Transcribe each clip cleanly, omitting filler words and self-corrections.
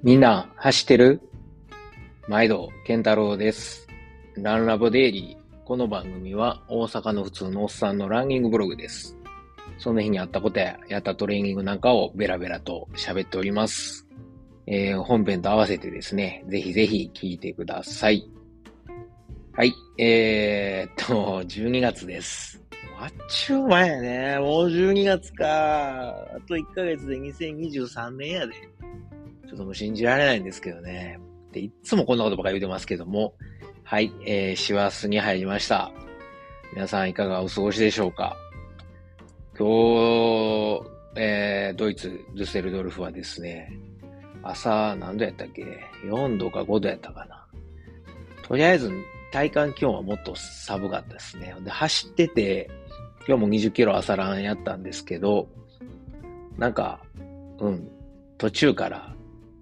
みんな走ってる？毎度健太郎です。ランラボデイリー。この番組は大阪の普通のおっさんのランニングブログです。その日にあったことややったトレーニングなんかをベラベラと喋っております。本編と合わせてですね、ぜひぜひ聞いてください。はい、12月です。あっちゅう前やね。もう12月か。あと1ヶ月で2023年やで。ちょっともう信じられないんですけどね。で、いつもこんなことばかり言うてますけども。はい、師走に入りました。皆さんいかがお過ごしでしょうか？今日、ドイツ、デュッセルドルフはですね、朝何度やったっけ？ 4 度か5度やったかな。とりあえず体感気温はもっと寒かったですね。で、走ってて、今日も20キロ朝ランやったんですけど、なんか、途中から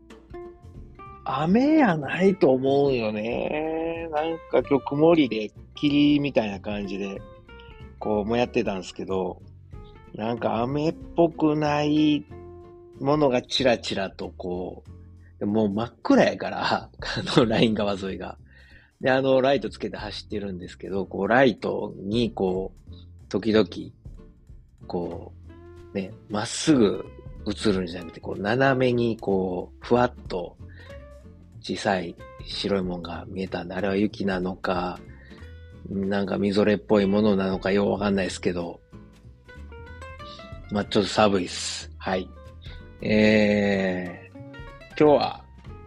雨やないと思うよね。なんか今日曇りで霧みたいな感じで、こうもやってたんですけど、なんか雨っぽくないものがチラチラとこう、もう真っ暗やから、ライン川沿いが。で、ライトつけて走ってるんですけど、こう、ライトにこう、時々、こう、ね、まっすぐ映るんじゃなくて、こう、斜めにこう、ふわっと、小さい白いもんが見えたんで、あれは雪なのか、なんかみぞれっぽいものなのかようわかんないですけど、まあ、ちょっと寒いっす。はい。今日は、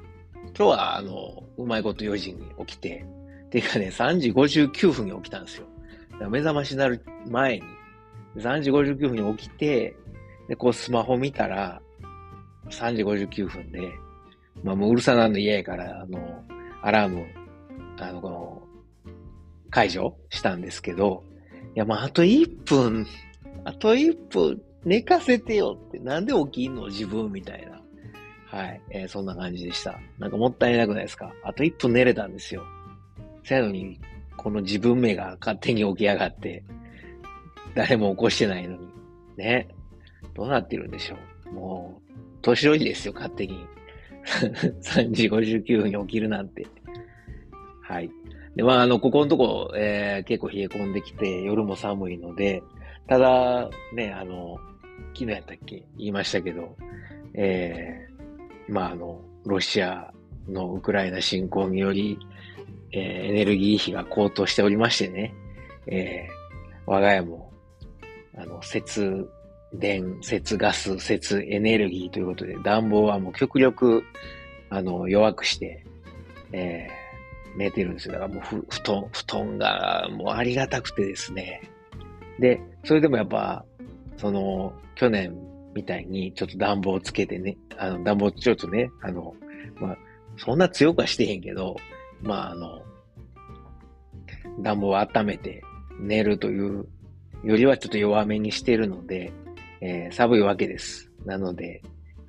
うまいこと4時に起きて、ていうかね、3時59分に起きたんですよ。だから目覚ましになる前に、3時59分に起きて、で、こうスマホ見たら、3時59分で、まあもううるさなんの嫌やから、アラーム、この、解除したんですけど、いや、まあ、あと1分寝かせてよって、なんで起きんの自分みたいな。はい、そんな感じでした。なんかもったいなくないですか？あと1分寝れたんですよ。せやのに、この自分目が勝手に起き上がって、誰も起こしてないのに。ね。どうなってるんでしょう。もう、年寄りですよ、勝手に。3時59分に起きるなんて。はい。で、まあ、ここのとこ、結構冷え込んできて、夜も寒いので、ただ、ね、昨日やったっけ言いましたけど、まあ、ロシアのウクライナ侵攻により、エネルギー費が高騰しておりましてね、我が家も、節電、節ガス、節エネルギーということで、暖房はもう極力、弱くして、え寝てるんですよ。だからもう布団がもうありがたくてですね。で、それでもやっぱ、去年みたいにちょっと暖房つけてね、暖房ちょっとね、まあ、そんな強くはしてへんけど、まあ、暖房を温めて寝るというよりはちょっと弱めにしてるので、寒いわけです。なので、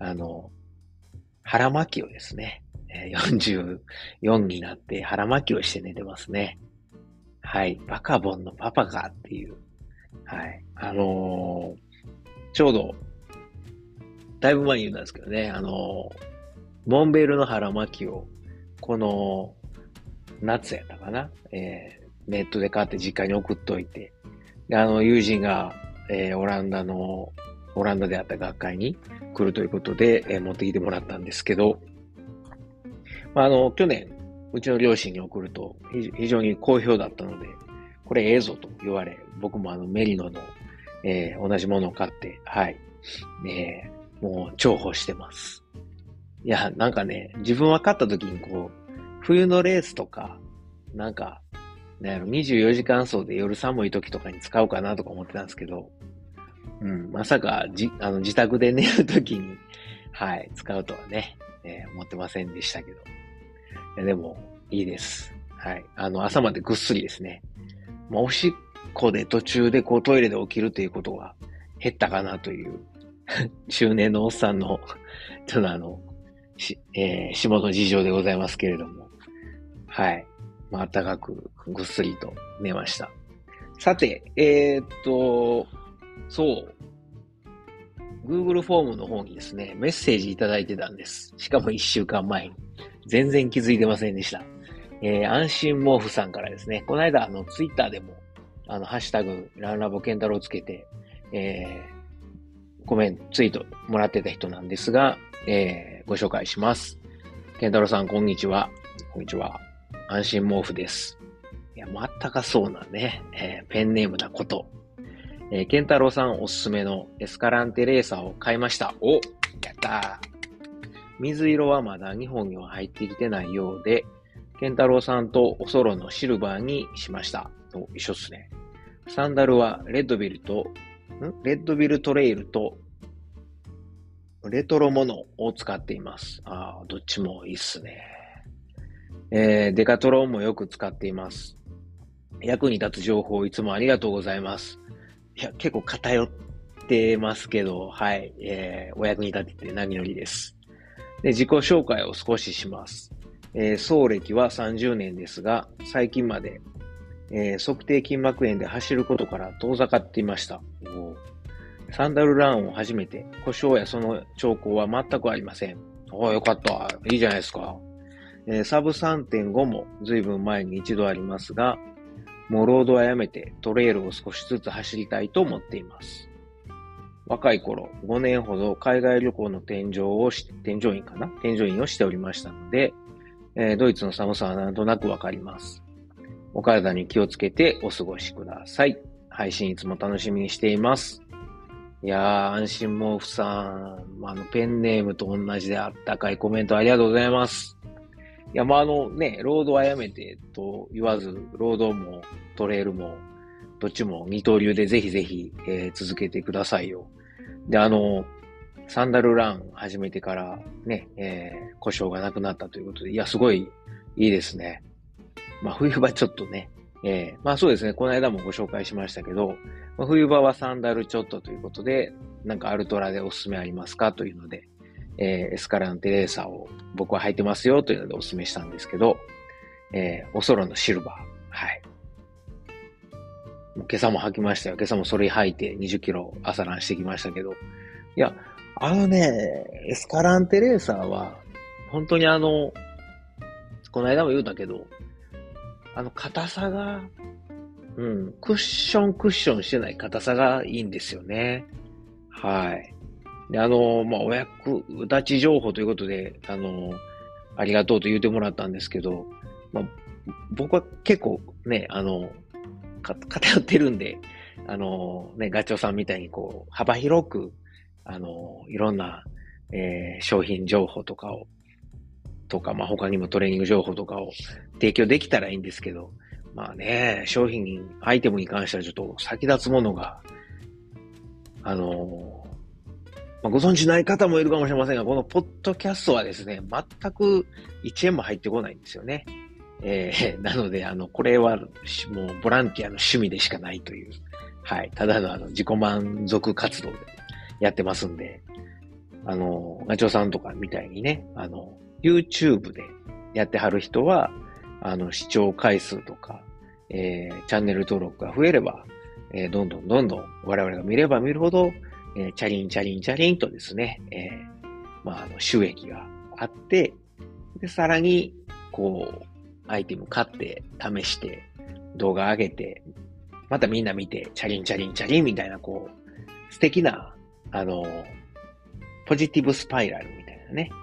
腹巻きをですね、44になって腹巻きをして寝てますね。はい。バカボンのパパかっていう。はい。ちょうど、だいぶ前に言ったんですけどね、モンベルの腹巻きを、この、夏やったかな、ネットで買って実家に送っといて、で、友人が、オランダであった学会に来るということで、持ってきてもらったんですけど、まあ、去年、うちの両親に送ると非常に好評だったので、これええぞと言われ、僕もメリノの、同じものを買って、はい、もう重宝してます。いや、なんかね、自分は買った時にこう、冬のレースとか、なんか、なんやろ、24時間走で夜寒い時とかに使うかなとか思ってたんですけど、まさか、自宅で寝る時に、はい、使うとはね、思ってませんでしたけど。いやでも、いいです。はい。朝までぐっすりですね。まあ、おしっこで途中でこうトイレで起きるということが減ったかなという中年のおっさんのちょっと下の事情でございますけれども。はい。まあ、暖かくぐっすりと寝ました。さて、そう。 Google フォームの方にですね、メッセージいただいてたんです。しかも1週間前に。全然気づいてませんでした。安心毛布さんからですね、この間、ツイッターでも、ハッシュタグ、ランラボケンタロウつけて、コメント、ツイートもらってた人なんですが、ご紹介します。ケンタロウさん、こんにちは。こんにちは。安心毛布です。いや、まったかそうなね、ペンネームなこと。ケンタロウさんおすすめのエスカランテレーサーを買いました。お、やったー。水色はまだ日本には入ってきてないようで、ケンタロウさんとおそろのシルバーにしました。お、一緒っすね。サンダルはレッドビルトレイルとレトロモノを使っています。どっちもいいっすね。デカトロンもよく使っています。役に立つ情報をいつもありがとうございます。いや、結構偏ってますけど、はい、お役に立てて何よりです。で、自己紹介を少しします。創歴は30年ですが、最近まで、測定筋膜炎で走ることから遠ざかっていました。サンダルランを始めて、故障やその兆候は全くありません。よかった。いいじゃないですか。サブ 3.5 も随分前に一度ありますが、もうロードはやめてトレイルを少しずつ走りたいと思っています。若い頃、5年ほど海外旅行の添乗員をしておりましたので、ドイツの寒さはなんとなくわかります。お体に気をつけてお過ごしください。配信いつも楽しみにしています。いやー、安心毛布さん、ペンネームと同じであったかいコメントありがとうございます。いや、ロードはやめてと言わず、ロードもトレイルも、どっちも二刀流でぜひぜひ、続けてくださいよ。で、サンダルラン始めてからね、故障がなくなったということで、いや、すごいいいですね。冬場ちょっとね、そうですね、この間もご紹介しましたけど、冬場はサンダルちょっとということで、なんかアルトラでおすすめありますかというので、エスカランテレーサーを僕は履いてますよというのでおすすめしたんですけど、おそろのシルバー。はい。今朝も履きましたよ。今朝もそれ履いて20キロ朝ランしてきましたけど。いや、エスカランテレーサーは、本当にこの間も言うたけど、硬さが、クッションしてない硬さがいいんですよね。はい。で、お役立ち情報ということで、ありがとうと言ってもらったんですけど、僕は結構ね、偏ってるんで、ガチョウさんみたいに幅広く、いろんな、商品情報とか、他にもトレーニング情報とかを提供できたらいいんですけど、商品、アイテムに関してはちょっと先立つものが、ご存知ない方もいるかもしれませんが、このポッドキャストはですね、全く1円も入ってこないんですよね。なので、これはもうボランティアの趣味でしかないという、はい、ただの自己満足活動でやってますんで、ガチョウさんとかみたいにね、YouTube でやってはる人は、視聴回数とか、チャンネル登録が増えれば、どんどん我々が見れば見るほど、チャリンとですね、収益があって、で、さらに、アイテム買って、試して、動画上げて、またみんな見て、チャリンみたいな、素敵な、ポジティブスパイラルみたいなね、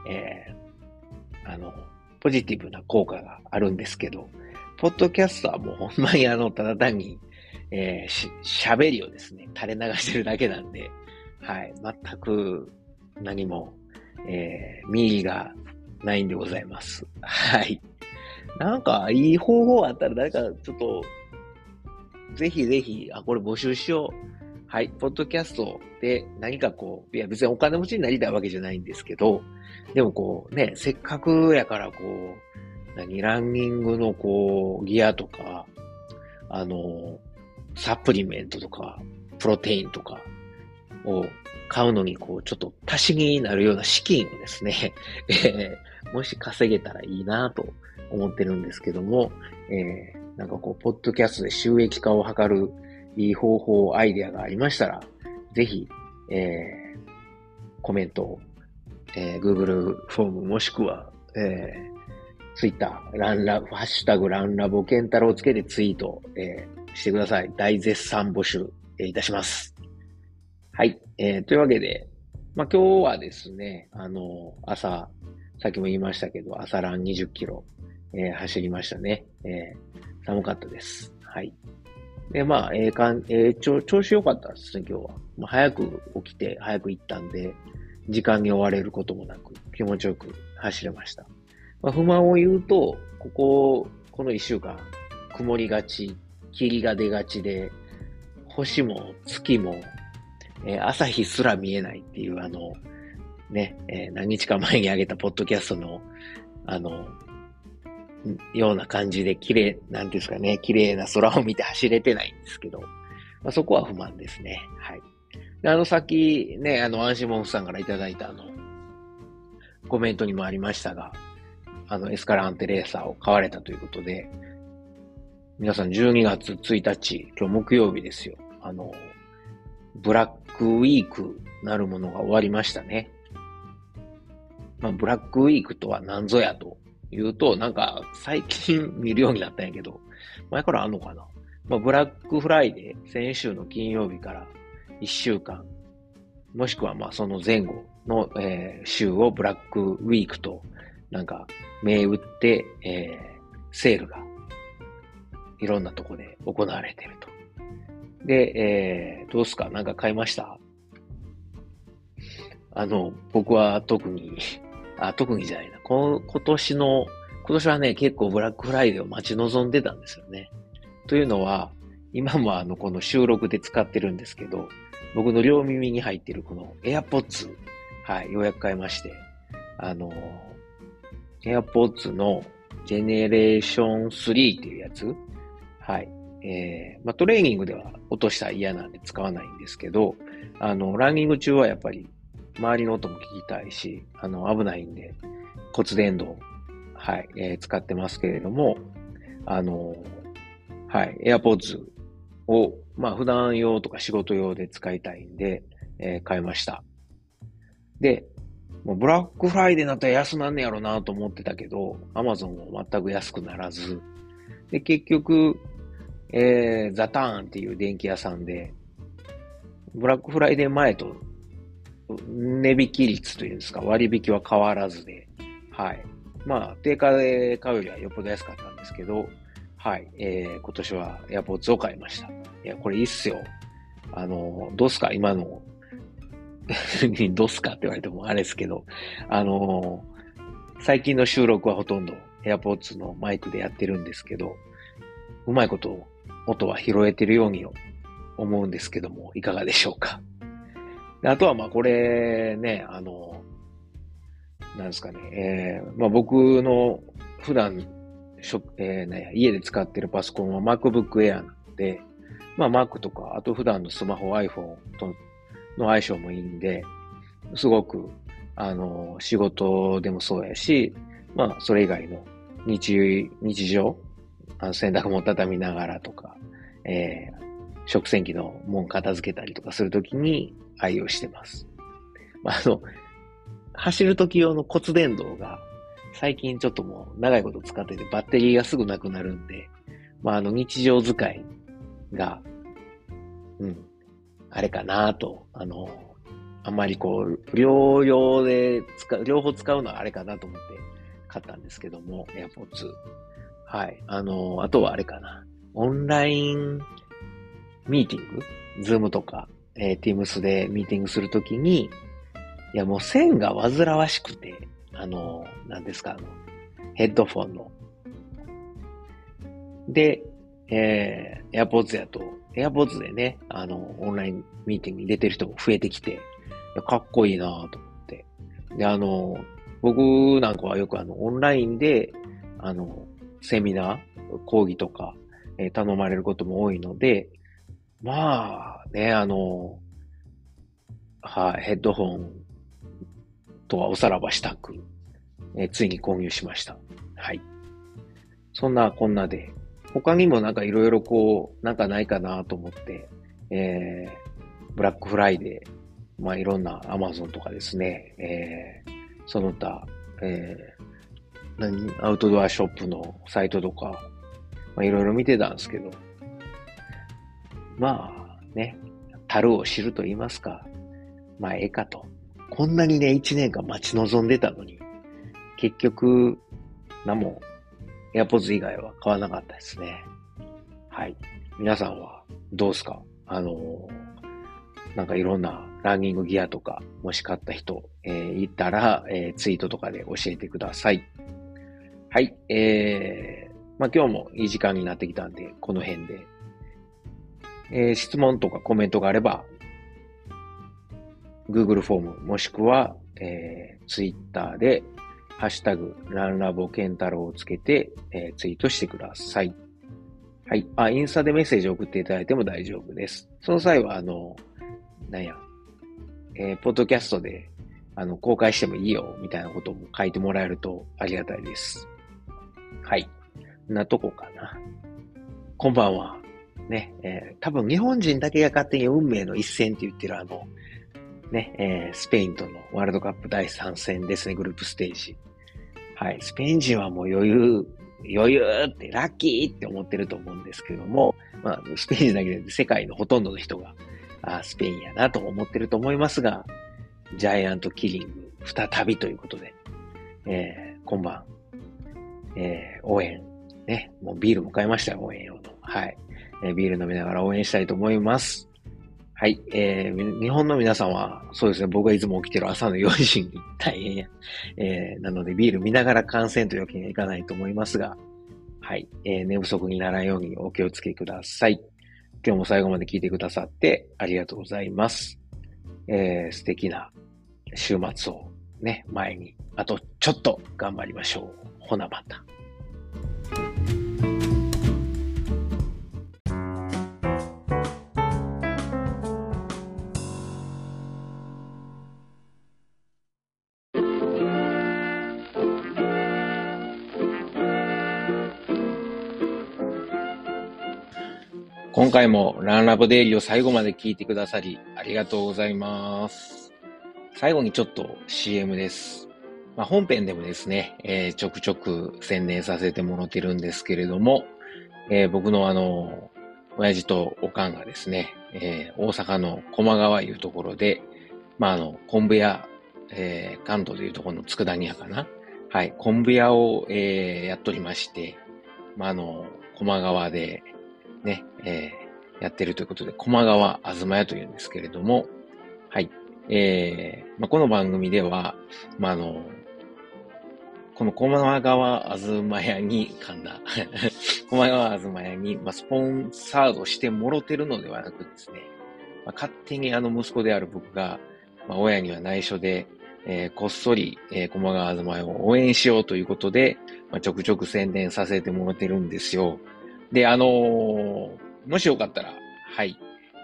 ポジティブな効果があるんですけど、ポッドキャストはもうほんまにただ単に、喋りをですね、垂れ流してるだけなんで、はい、全く何も、見入りがないんでございます。はい。なんか、いい方法あったら誰かちょっと、ぜひ、これ募集しよう。はい、ポッドキャストで何かいや別にお金持ちになりたいわけじゃないんですけど、でもせっかくやからランニングのギアとか、サプリメントとか、プロテインとかを買うのにちょっと足しになるような資金をですね、もし稼げたらいいなと思ってるんですけども、ポッドキャストで収益化を図るいい方法、アイデアがありましたら、ぜひ、 コメントを、Google フォームもしくは、Twitter、ハッシュタグランラボケンタロウをつけてツイート、してください。大絶賛募集、いたします。はい。というわけで、今日はですね、朝、さっきも言いましたけど、朝ラン20キロ、走りましたね。寒かったです。はい。で、調子良かったですね、今日は。早く起きて、早く行ったんで、時間に追われることもなく、気持ちよく走れました。不満を言うと、この1週間、曇りがち、霧が出がちで、星も月も、朝日すら見えないっていう何日か前に上げたポッドキャストの、ような感じで綺麗な空を見て走れてないんですけど、そこは不満ですね。はい。でさっきね、安心モンフさんからいただいたコメントにもありましたが、エスカランテレーサーを買われたということで、皆さん12月1日、今日木曜日ですよ。ブラックウィークなるものが終わりましたね。ブラックウィークとは何ぞやというと、最近見るようになったんやけど、前からあんのかな。ブラックフライデー、先週の金曜日から1週間、もしくはその前後の、週をブラックウィークと銘打って、セールがいろんなとこで行われていると。で、どうすか？買いました？僕は特にじゃないな。今年はね、結構ブラックフライデーを待ち望んでたんですよね。というのは、今もこの収録で使ってるんですけど、僕の両耳に入ってるこの AirPods、はい、ようやく買いまして、AirPods のジェネレーション3っていうやつ、はい。トレーニングでは落としたら嫌なんで使わないんですけど、ランニング中はやっぱり周りの音も聞きたいし、危ないんで骨伝導、はい、使ってますけれども、はい、AirPods を、普段用とか仕事用で使いたいんで、買いました。で、もうブラックフライデーになったら安なんねやろなと思ってたけど、Amazon も全く安くならず、で、結局、ザターンっていう電気屋さんで、ブラックフライデー前と値引き率というんですか、割引は変わらずで、はい。定価で買うよりはよっぽど安かったんですけど、はい。今年はAirPodsを買いました。いや、これいいっすよ。どうすか今の、どうすかって言われてもあれですけど、最近の収録はほとんど AirPods のマイクでやってるんですけど、うまいこと音は拾えてるように思うんですけども、いかがでしょうか。あとはこれね、なんですかね、僕の普段家で使ってるパソコンは MacBook Air なので、Mac とか、あと普段のスマホ iPhone との相性もいいんで、すごく、仕事でもそうやし、それ以外の日常、洗濯物畳みながらとか、食洗機の門片付けたりとかするときに愛用してます。走るとき用の骨伝導が最近ちょっともう長いこと使っててバッテリーがすぐなくなるんで、日常使いが、あれかなと、あんまり両方使うのはあれかなと思って買ったんですけども、AirPods。はい。あとはあれかな。オンラインミーティング Zoom とか、Teams でミーティングするときに、いやもう線が煩わしくて、何ですか、ヘッドフォンの。で、AirPods でね、オンラインミーティングに出てる人も増えてきて、かっこいいなぁと思って。で、僕なんかはよくオンラインで、セミナー、講義とか、頼まれることも多いので、ヘッドホンとはおさらばしたく、ついに購入しました。はい。そんなこんなで、他にもいろいろないかなと思って、ブラックフライデーいろんな Amazon とかですね、その他、アウトドアショップのサイトとか、いろいろ見てたんですけど、樽を知ると言いますか、ええかと。こんなにね、1年間待ち望んでたのに、結局、何も、AirPods 以外は買わなかったですね。はい。皆さんはどうですか？いろんなランニングギアとか、もし買った人、いたら、ツイートとかで教えてください。はい。今日もいい時間になってきたんで、この辺で、質問とかコメントがあれば、Google フォーム、もしくは、Twitter で、ハッシュタグ、ランラボケンタロウをつけて、ツイートしてください。はい。インスタでメッセージを送っていただいても大丈夫です。その際は、ポッドキャストで、公開してもいいよ、みたいなことも書いてもらえるとありがたいです。はい。なとこかな。こんばんは。ね、多分日本人だけが勝手に運命の一戦って言ってるスペインとのワールドカップ第3戦ですね、グループステージ。はい。スペイン人はもう余裕ってラッキーって思ってると思うんですけども、スペイン人だけで世界のほとんどの人が、スペインやなと思ってると思いますが、ジャイアントキリング再びということで、今晩、応援、ね、もうビールも買いましたよ、応援用の。はい。ビール飲みながら応援したいと思います。はい。日本の皆さんは、そうですね、僕がいつも起きてる朝の4時に大変や。なのでビール見ながら観戦というわけにはいかないと思いますが、はい。寝不足にならないようにお気をつけください。今日も最後まで聞いてくださってありがとうございます。素敵な週末をね、前に、あとちょっと頑張りましょう。ほなまた。今回もランラボデイリーを最後まで聞いてくださりありがとうございます。最後にちょっと CM です。本編でもですね、ちょくちょく宣伝させてもらってるんですけれども、僕の親父とおかんがですね、大阪の駒川いうところで、昆布屋、関東でいうところの佃煮屋かな。はい、昆布屋を、やっておりまして、駒川でね、やってるということで、駒川あずま屋というんですけれども、はい、この番組では、この駒川あずま屋に、駒川あずま屋に、スポンサードしてもろてるのではなくですね、勝手に息子である僕が、親には内緒で、こっそり、駒川あずま屋を応援しようということで、ちょくちょく宣伝させてもらってるんですよ。で、もしよかったら、はい、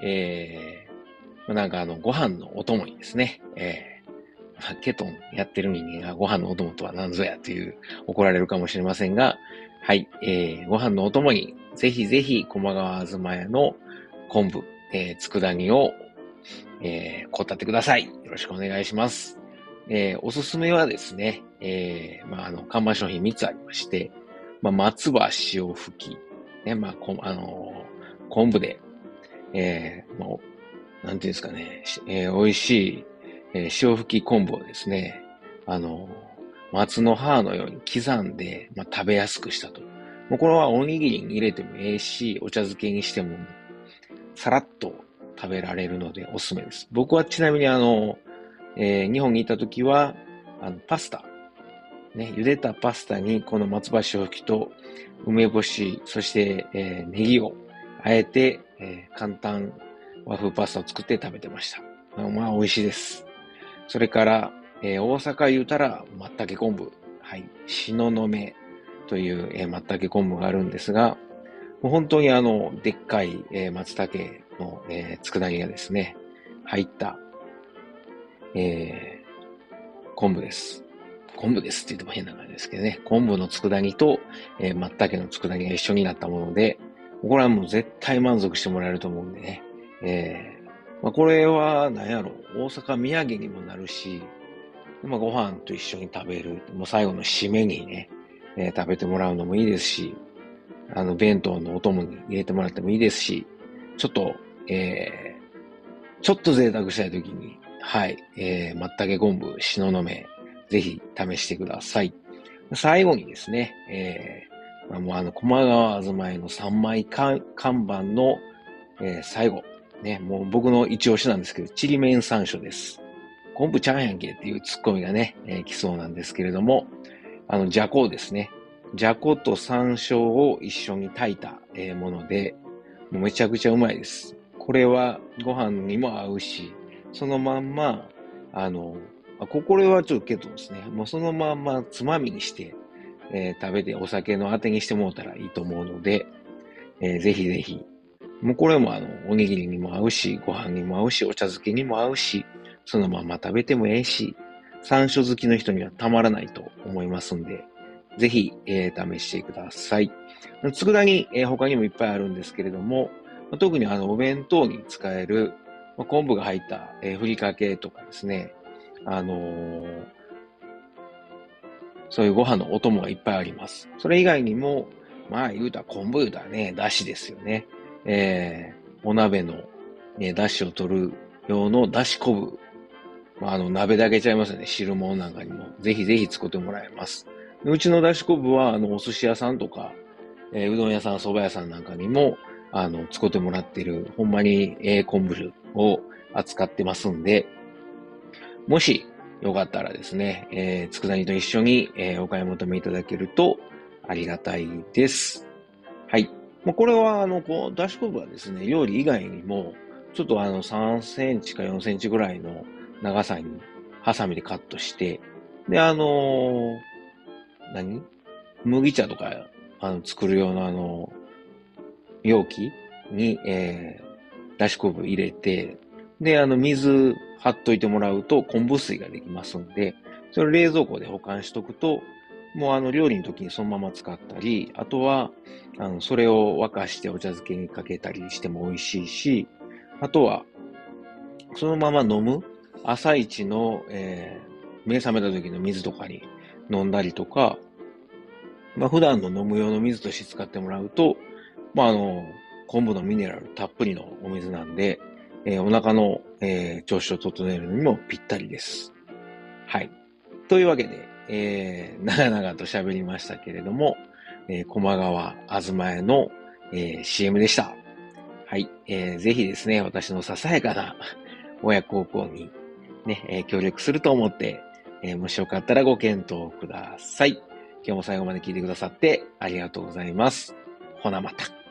ご飯のお供にですね、ケトンやってる人間がご飯のお供とは何ぞやという怒られるかもしれませんが、はい、ご飯のお供にぜひぜひ駒川あずま屋の昆布、佃煮を、こうたってください。よろしくお願いします。おすすめはですね、看板商品3つありまして、松葉塩吹き、ね、昆布で、なんていうんですかね、美味しい、塩吹き昆布をですね、松の葉のように刻んで、食べやすくしたと。もうこれはおにぎりに入れてもええし、お茶漬けにしても、さらっと食べられるのでおすすめです。僕はちなみに日本にいた時は、パスタ、ね、茹でたパスタにこの松葉塩吹きと梅干し、そして、ネギをあえて、簡単和風パスタを作って食べてました。美味しいです。それから、大阪言うたら松茸昆布、はい、東雲という、松茸昆布があるんですが、もう本当にでっかい、松茸の、佃煮がですね、入った、昆布です。昆布ですって言っても変な感じですけどね。昆布の佃煮と、松茸の佃煮が一緒になったもので、これはもう絶対満足してもらえると思うんでね。 これは何やろ、大阪土産にもなるし、ご飯と一緒に食べる、もう最後の締めにね、食べてもらうのもいいですし、弁当のお供に入れてもらってもいいですし、ちょっと、ちょっと贅沢したいときに、はい、松茸昆布、東雲、ぜひ試してください。最後にですね、もう駒川あずまいの3枚看板の、最後、ね、もう僕の一押しなんですけど、ちりめん山椒です。昆布ちゃんやんけっていうツッコミがね、来そうなんですけれども、じゃこですね。じゃこと山椒を一緒に炊いた、もので、もうめちゃくちゃうまいです。これはご飯にも合うし、そのまんま、これはちょっとケトですね。もうそのまんまつまみにして、食べてお酒のあてにしてもらったらいいと思うので、ぜひぜひ。もうこれもおにぎりにも合うし、ご飯にも合うし、お茶漬けにも合うし、そのまま食べてもええし、山椒好きの人にはたまらないと思いますんで、ぜひ、試してください。佃煮、他にもいっぱいあるんですけれども、特にお弁当に使える、昆布が入った、ふりかけとかですね、そういうご飯のお供がいっぱいあります。それ以外にも、言うたら昆布言うたらね、だしですよね。お鍋の、ね、だしを取る用のだし昆布。鍋だけちゃいますよね。汁物なんかにも。ぜひぜひ作ってもらえます。うちのだし昆布は、お寿司屋さんとか、うどん屋さん、蕎麦屋さんなんかにも、使ってもらってる、ほんまに、昆布を扱ってますんで、もし、よかったらですね、佃煮と一緒に、お買い求めいただけるとありがたいです。はい。これは、だし昆布はですね、料理以外にも、ちょっと3センチか4センチぐらいの長さに、ハサミでカットして、で、麦茶とか、作る用の容器に、だし昆布入れて、で、水張っといてもらうと昆布水ができますんで、それを冷蔵庫で保管しとくと、もう料理の時にそのまま使ったり、あとは、それを沸かしてお茶漬けにかけたりしても美味しいし、あとは、そのまま飲む朝一の、目覚めた時の水とかに飲んだりとか、普段の飲む用の水として使ってもらうと、昆布のミネラルたっぷりのお水なんで、お腹の、調子を整えるのにもぴったりです。はい。というわけで、長々と喋りましたけれども、駒川あずまえの、CM でした。はい。ぜひですね、私のささやかな親孝行にね、協力すると思って、もしよかったらご検討ください。今日も最後まで聞いてくださってありがとうございます。ほなまた。